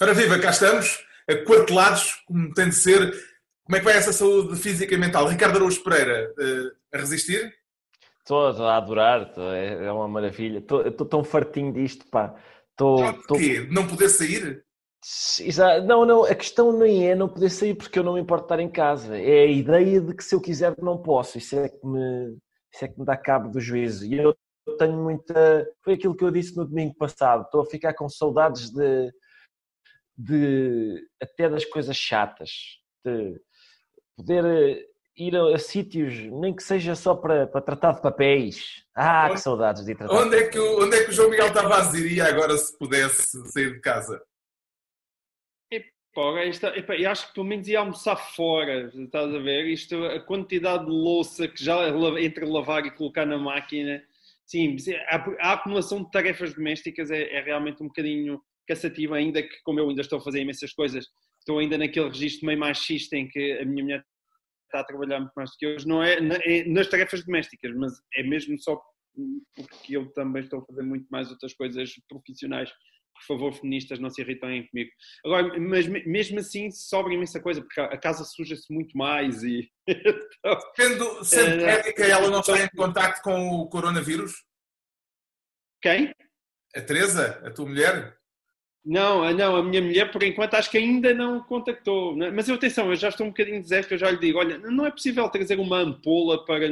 Ora viva, cá estamos, aquartelados, como tem de ser. Como é que vai essa saúde física e mental? Ricardo Araújo Pereira, a resistir? Estou a adorar, é uma maravilha. Estou tão fartinho disto, pá. Estou. O quê? De não poder sair? Não, a questão nem é não poder sair porque eu não me importo estar em casa. É a ideia de que se eu quiser não posso. Isso é que me dá cabo do juízo. E eu tenho muita... Foi aquilo que eu disse no domingo passado. Estou a ficar com saudades até das coisas chatas. De poder ir a sítios, nem que seja só para tratar de papéis. Que saudades de ir tratar de papéis. Onde é que o João Miguel Tavares iria agora se pudesse sair de casa? Eu acho que pelo menos ia almoçar fora, estás a ver? A quantidade de louça que já entre lavar e colocar na máquina, sim, a acumulação de tarefas domésticas é realmente um bocadinho cansativa, ainda que, como eu ainda estou a fazer imensas coisas, estou ainda naquele registro meio machista em que a minha mulher está a trabalhar muito mais do que eu, não é nas tarefas domésticas, mas é mesmo só porque eu também estou a fazer muito mais outras coisas profissionais. Por favor, feministas, não se irritem comigo. Agora, mas mesmo assim sobra imensa coisa, porque a casa suja-se muito mais e... Sendo médica, ela não está em contacto com o coronavírus? Quem? A Teresa, a tua mulher? Não, a minha mulher, por enquanto, acho que ainda não contactou. Mas atenção, eu já estou um bocadinho deserto, eu já lhe digo, olha, não é possível trazer uma ampola para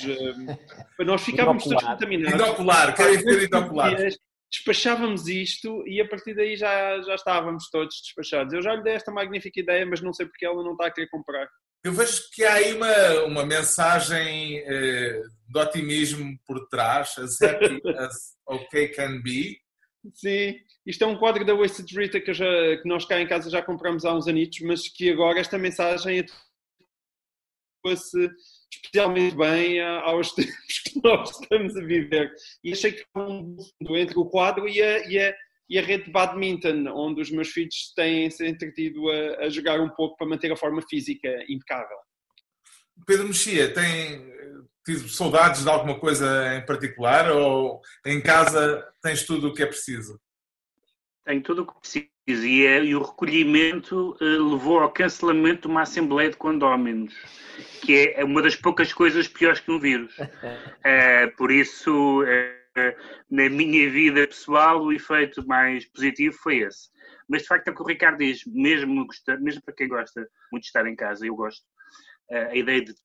nós ficarmos todos contaminados. Inocular, querem ser inoculados. Despachávamos isto e a partir daí já estávamos todos despachados. Eu já lhe dei esta magnífica ideia, mas não sei porque ela não está a querer comprar. Eu vejo que há aí uma mensagem de otimismo por trás, as happy as okay can be. Sim, isto é um quadro da Wasted Rita que nós cá em casa já compramos há uns anitos, mas que agora esta mensagem atua-se especialmente bem aos tempos que nós estamos a viver. E achei que há um fundo entre o quadro e a rede de badminton, onde os meus filhos têm se entretido a jogar um pouco para manter a forma física impecável. Pedro Mexia, tem tido saudades de alguma coisa em particular ou em casa tens tudo o que é preciso? Tenho tudo o que preciso e o recolhimento levou ao cancelamento de uma assembleia de condóminos, que é uma das poucas coisas piores que um vírus. Por isso, na minha vida pessoal, o efeito mais positivo foi esse. Mas, de facto, é o que o Ricardo diz, mesmo para quem gosta muito de estar em casa, eu gosto, a ideia de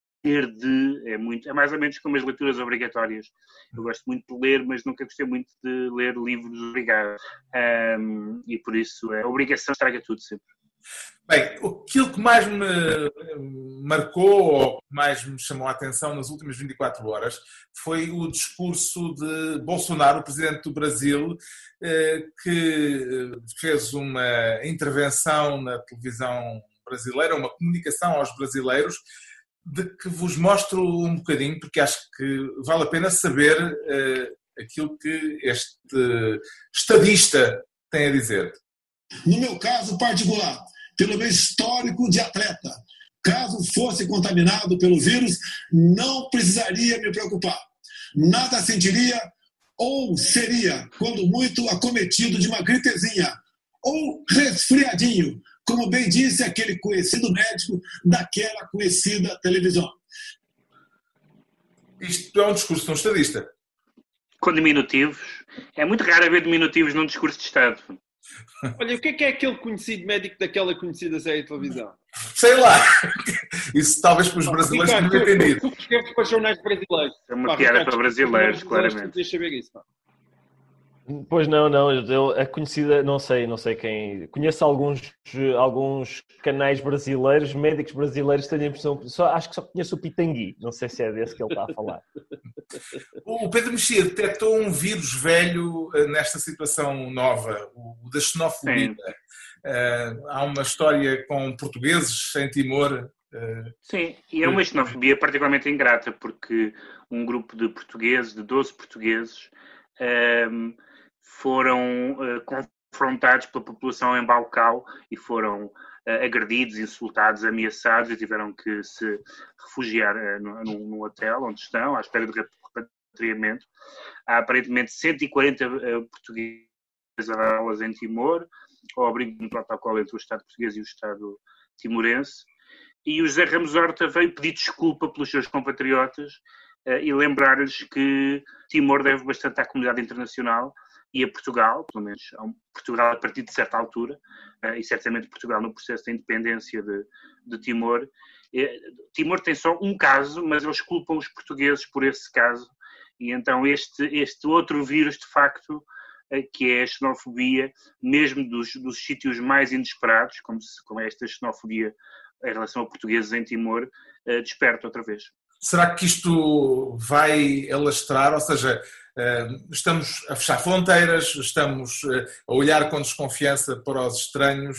é mais ou menos como as leituras obrigatórias. Eu gosto muito de ler, mas nunca gostei muito de ler livros obrigados. E por isso a obrigação estraga tudo sempre. Bem, aquilo que mais me marcou ou que mais me chamou a atenção nas últimas 24 horas foi o discurso de Bolsonaro, o presidente do Brasil, que fez uma intervenção na televisão brasileira, uma comunicação aos brasileiros, de que vos mostro um bocadinho, porque acho que vale a pena saber aquilo que este estadista tem a dizer. No meu caso particular, pelo meu histórico de atleta, caso fosse contaminado pelo vírus, não precisaria me preocupar. Nada sentiria ou seria, quando muito, acometido de uma gripezinha ou resfriadinho, como bem disse aquele conhecido médico daquela conhecida televisão. Isto é um discurso de um estadista. Com diminutivos. É muito raro haver diminutivos num discurso de Estado. Olha, o que é aquele conhecido médico daquela conhecida série de televisão? Sei lá. Isso talvez para os brasileiros não tenham entendido. Tu escreves para jornais brasileiros. É uma piada para brasileiros, claramente. Deixa eu ver isso, pá. Pois não, a conhecida, não sei quem. Conheço alguns canais brasileiros, médicos brasileiros, tenho a impressão, acho que só conheço o Pitangui, não sei se é desse que ele está a falar. O Pedro Mexia detectou um vírus velho nesta situação nova, o da xenofobia. Há uma história com portugueses sem Timor. Sim, e é uma xenofobia particularmente ingrata, porque um grupo de portugueses, de 12 portugueses, foram confrontados pela população em Baucau e foram agredidos, insultados, ameaçados e tiveram que se refugiar num hotel onde estão, à espera de repatriamento. Há aparentemente 140 portugueses a dar aulas em Timor, ao abrigo de um protocolo entre o Estado português e o Estado timorense. E o José Ramos Horta veio pedir desculpa pelos seus compatriotas e lembrar-lhes que Timor deve bastante à comunidade internacional e a Portugal, pelo menos a Portugal a partir de certa altura, e certamente Portugal no processo de independência de Timor. Timor tem só um caso, mas eles culpam os portugueses por esse caso, e então este outro vírus, de facto, que é a xenofobia, mesmo dos sítios mais inesperados, como é esta xenofobia em relação a portugueses em Timor, desperta outra vez. Será que isto vai alastrar? Ou seja, estamos a fechar fronteiras, estamos a olhar com desconfiança para os estranhos.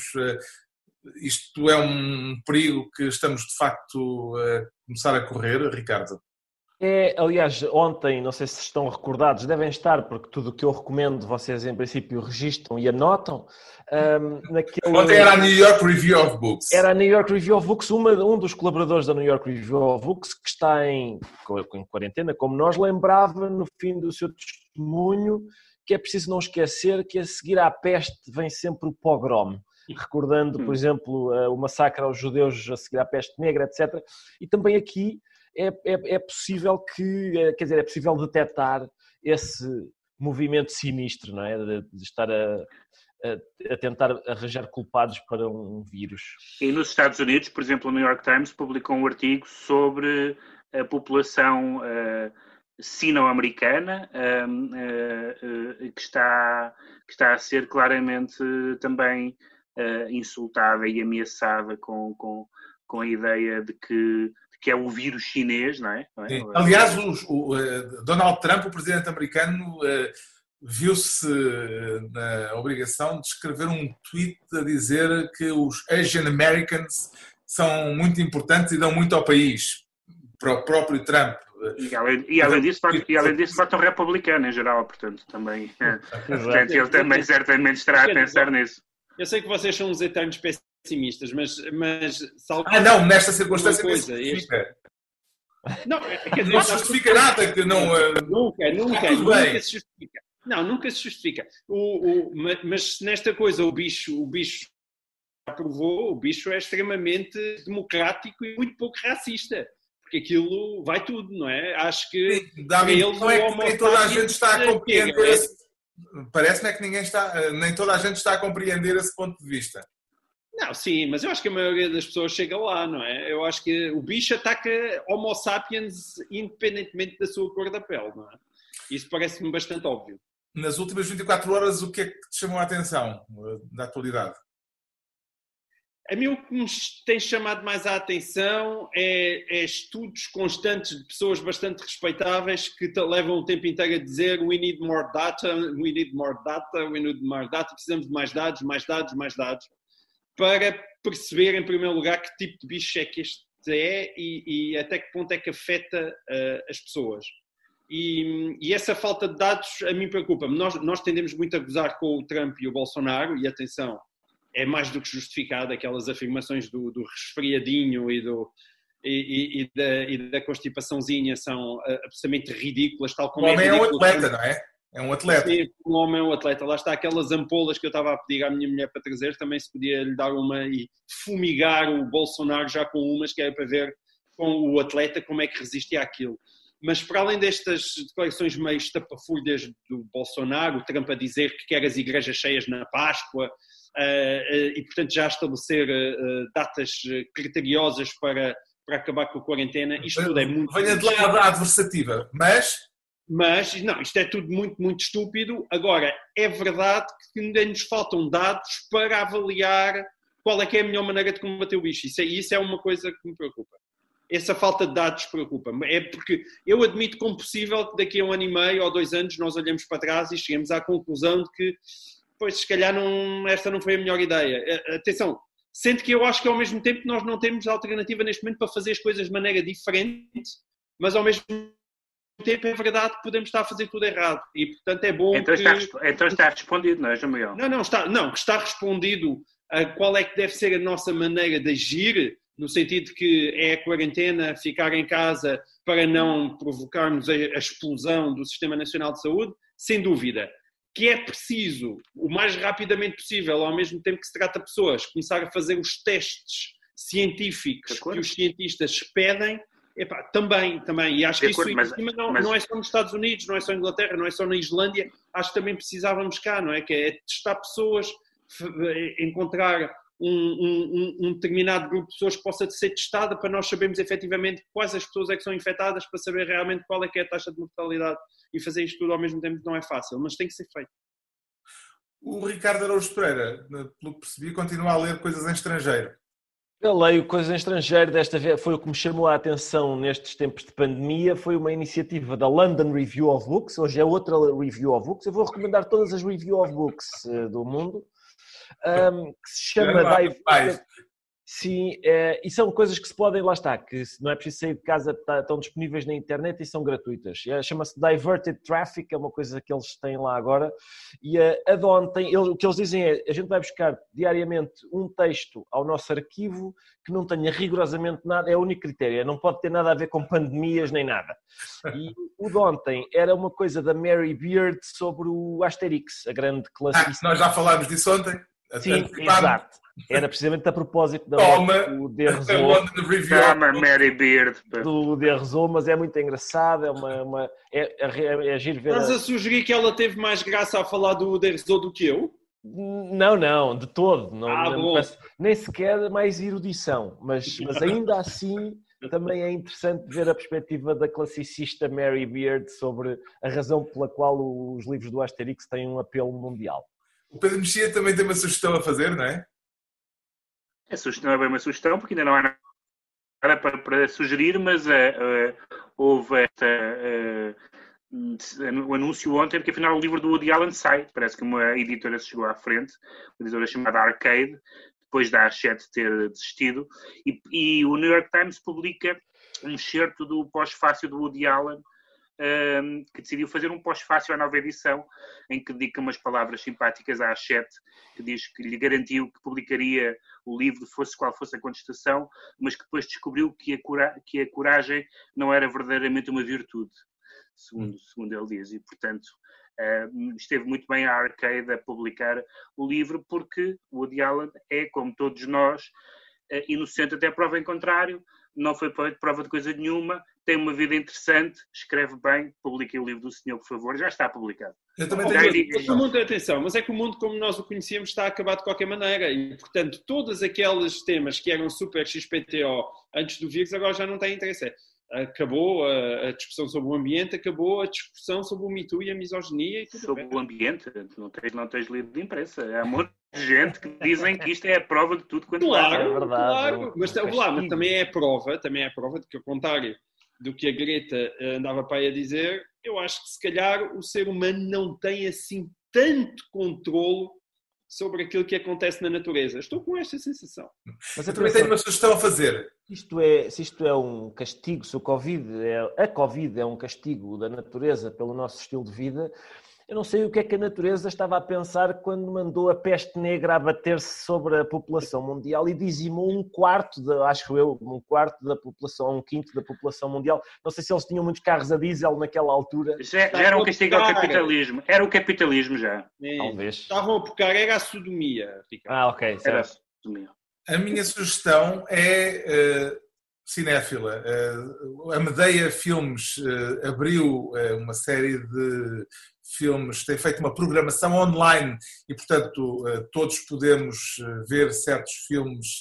Isto é um perigo que estamos, de facto, a começar a correr, Ricardo? Aliás, ontem, não sei se estão recordados, devem estar, porque tudo o que eu recomendo vocês, em princípio, registram e anotam. Ontem era a New York Review of Books. Era a New York Review of Books, um dos colaboradores da New York Review of Books, que está em quarentena, como nós, lembrava no fim do seu testemunho que é preciso não esquecer que a seguir à peste vem sempre o pogrom, recordando, por exemplo, o massacre aos judeus a seguir à peste negra, etc. E também aqui é possível é possível detectar esse movimento sinistro, não é? De estar a tentar arranjar culpados para um vírus. E nos Estados Unidos, por exemplo, o New York Times publicou um artigo sobre a população sino-americana que está a ser claramente também insultada e ameaçada com a ideia de que é o vírus chinês, não é? Aliás, o Donald Trump, o presidente americano, viu-se na obrigação de escrever um tweet a dizer que os Asian Americans são muito importantes e dão muito ao país, para o próprio Trump. E além disso, votam republicano em geral, portanto, também. Portanto, ele também certamente estará a pensar nisso. Eu sei que vocês são uns eternos pessimistas, mas não, nesta circunstância não justifica. Não justifica nada que não... Nunca se justifica. Não, nunca se justifica. Mas nesta coisa o bicho aprovou, o bicho é extremamente democrático e muito pouco racista. Porque aquilo vai tudo, não é? Acho que para eles não é que nem toda a gente está a compreender Parece-me que nem toda a gente está a compreender esse ponto de vista. Não, sim, mas eu acho que a maioria das pessoas chega lá, não é? Eu acho que o bicho ataca Homo sapiens independentemente da sua cor da pele, não é? Isso parece-me bastante óbvio. Nas últimas 24 horas, o que é que te chamou a atenção da atualidade? A mim o que me tem chamado mais a atenção é estudos constantes de pessoas bastante respeitáveis que levam o tempo inteiro a dizer we need more data, we need more data, we need more data, precisamos de mais dados, para perceber, em primeiro lugar, que tipo de bicho é que este é e até que ponto é que afeta as pessoas. E essa falta de dados a mim preocupa-me. Nós tendemos muito a gozar com o Trump e o Bolsonaro, e atenção, é mais do que justificado aquelas afirmações do resfriadinho e da constipaçãozinha são absolutamente ridículas, tal como o homem é um atleta, não é? É um atleta. Sim, o homem é um atleta. Lá está, aquelas ampolas que eu estava a pedir à minha mulher para trazer, também se podia lhe dar uma e fumigar o Bolsonaro já com umas, que era para ver com o atleta como é que resistia àquilo. Mas para além destas declarações meio estapafúrdias do Bolsonaro, o Trump a dizer que quer as igrejas cheias na Páscoa, e portanto já estabelecer datas criteriosas para acabar com a quarentena, isto tudo é muito... Venha de lá da adversativa, Mas, não, isto é tudo muito, muito estúpido. Agora, é verdade que ainda nos faltam dados para avaliar qual é que é a melhor maneira de combater o bicho. Isso é uma coisa que me preocupa. Essa falta de dados preocupa-me. É porque eu admito como possível que daqui a 1 ano e meio ou 2 anos nós olhamos para trás e chegamos à conclusão de que, pois, se calhar esta não foi a melhor ideia. Atenção, sendo que eu acho que ao mesmo tempo nós não temos alternativa neste momento para fazer as coisas de maneira diferente, mas ao mesmo tempo é verdade que podemos estar a fazer tudo errado e portanto é bom então está respondido, não é, João Miguel? Não, que está respondido a qual é que deve ser a nossa maneira de agir, no sentido que é a quarentena, ficar em casa para não provocarmos a explosão do Sistema Nacional de Saúde, sem dúvida. que é preciso, o mais rapidamente possível, ao mesmo tempo que se trata de pessoas, começar a fazer os testes científicos que os cientistas pedem, também. E acho que isso não é só nos Estados Unidos, não é só na Inglaterra, não é só na Islândia, acho que também precisávamos cá, não é? Que é testar pessoas, encontrar um determinado grupo de pessoas que possa ser testada para nós sabermos efetivamente quais as pessoas é que são infectadas, para saber realmente qual é que é a taxa de mortalidade, e fazer isto tudo ao mesmo tempo não é fácil, mas tem que ser feito. O Ricardo Araújo Pereira, pelo que percebi, continua a ler coisas em estrangeiro. Eu leio coisas em estrangeiro, desta vez foi o que me chamou a atenção nestes tempos de pandemia, foi uma iniciativa da London Review of Books, hoje é outra Review of Books, eu vou recomendar todas as Review of Books do mundo, que se chama Sim, e são coisas que se podem, lá está, que não é preciso sair de casa, estão disponíveis na internet e são gratuitas. Chama-se Diverted Traffic, é uma coisa que eles têm lá agora. E a Dawn o que eles dizem é, a gente vai buscar diariamente um texto ao nosso arquivo que não tenha rigorosamente nada, é o único critério, não pode ter nada a ver com pandemias nem nada. E o de ontem era uma coisa da Mary Beard sobre o Asterix, a grande clássica. Nós já falámos disso ontem. Sim, exato. Era precisamente a propósito do Mary Beard do Derrezo, mas é muito engraçado, é giro ver. Estás a sugerir que ela teve mais graça a falar do Derrezo do que eu? Não, de todo. Nem sequer mais erudição, mas ainda assim também é interessante ver a perspectiva da classicista Mary Beard sobre a razão pela qual os livros do Asterix têm um apelo mundial. O Pedro Mexia também tem uma sugestão a fazer, não é? A sugestão não é bem uma sugestão, porque ainda não há nada para sugerir, mas houve o anúncio ontem, porque afinal o livro do Woody Allen sai. Parece que uma editora se chegou à frente, uma editora chamada Arcade, depois da Hachette ter desistido, e o New York Times publica um excerto do pós-fácil do Woody Allen, que decidiu fazer um pós-fácil à nova edição, em que dedica umas palavras simpáticas à Hachette, que diz que lhe garantiu que publicaria o livro, fosse qual fosse a contestação, mas que depois descobriu que a coragem não era verdadeiramente uma virtude, segundo ele diz, e portanto esteve muito bem a Arcade a publicar o livro, porque o Woody Allen é, como todos nós, inocente até prova em contrário, não foi prova de coisa nenhuma, tem uma vida interessante, escreve bem, publiquem o livro do senhor, por favor, já está publicado. Eu também tenho atenção, mas é que o mundo como nós o conhecíamos está a acabar de qualquer maneira e, portanto, todos aqueles temas que eram super XPTO antes do vírus agora já não têm interesse. Acabou a discussão sobre o ambiente, acabou a discussão sobre o Me Too e a misoginia e tudo sobre o ambiente, não tens lido de imprensa. Há muita gente que dizem que isto é a prova de tudo quanto claro, mas também é a prova de que, ao contrário do que a Greta andava para aí a dizer, eu acho que se calhar o ser humano não tem assim tanto controlo sobre aquilo que acontece na natureza. Estou com esta sensação. Mas eu também tenho uma sugestão a fazer. Se isto é um castigo, se a Covid é um castigo da natureza pelo nosso estilo de vida, eu não sei o que é que a natureza estava a pensar quando mandou a peste negra abater-se sobre a população mundial e dizimou um quarto da população, um quinto da população mundial. Não sei se eles tinham muitos carros a diesel naquela altura. Já era um castigo ao capitalismo. Era o capitalismo já. Talvez. Estavam a pecar, era a sodomia. Ok. Era a sodomia. A minha sugestão é cinéfila. A Medeia Filmes abriu uma série de filmes, tem feito uma programação online e, portanto, todos podemos ver certos filmes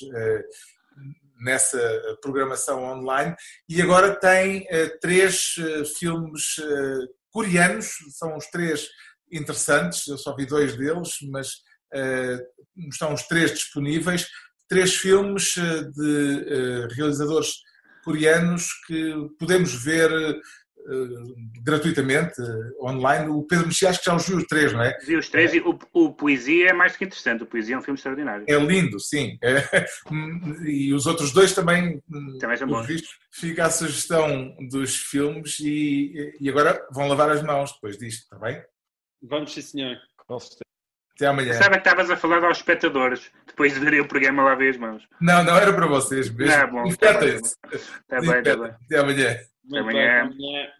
nessa programação online, e agora tem 3 filmes coreanos, são os 3 interessantes, eu só vi 2 deles, mas estão os 3 disponíveis, 3 filmes de realizadores coreanos que podemos ver gratuitamente, online. O Pedro Mexia, acho que já os viu os 3, não é? Vi os 3 e o Poesia é mais do que interessante. O Poesia é um filme extraordinário. É lindo, sim. E os outros 2 também são bons. Fica a sugestão dos filmes e agora vão lavar as mãos depois disto, está bem? Vamos, sim, senhor. Com certeza. Até amanhã. Sabe que estavas a falar aos espectadores, depois de verem o programa lá ver as mãos. Não era para vocês mesmo. Está bom. Infetem-se. Está bem. Até amanhã. Até amanhã.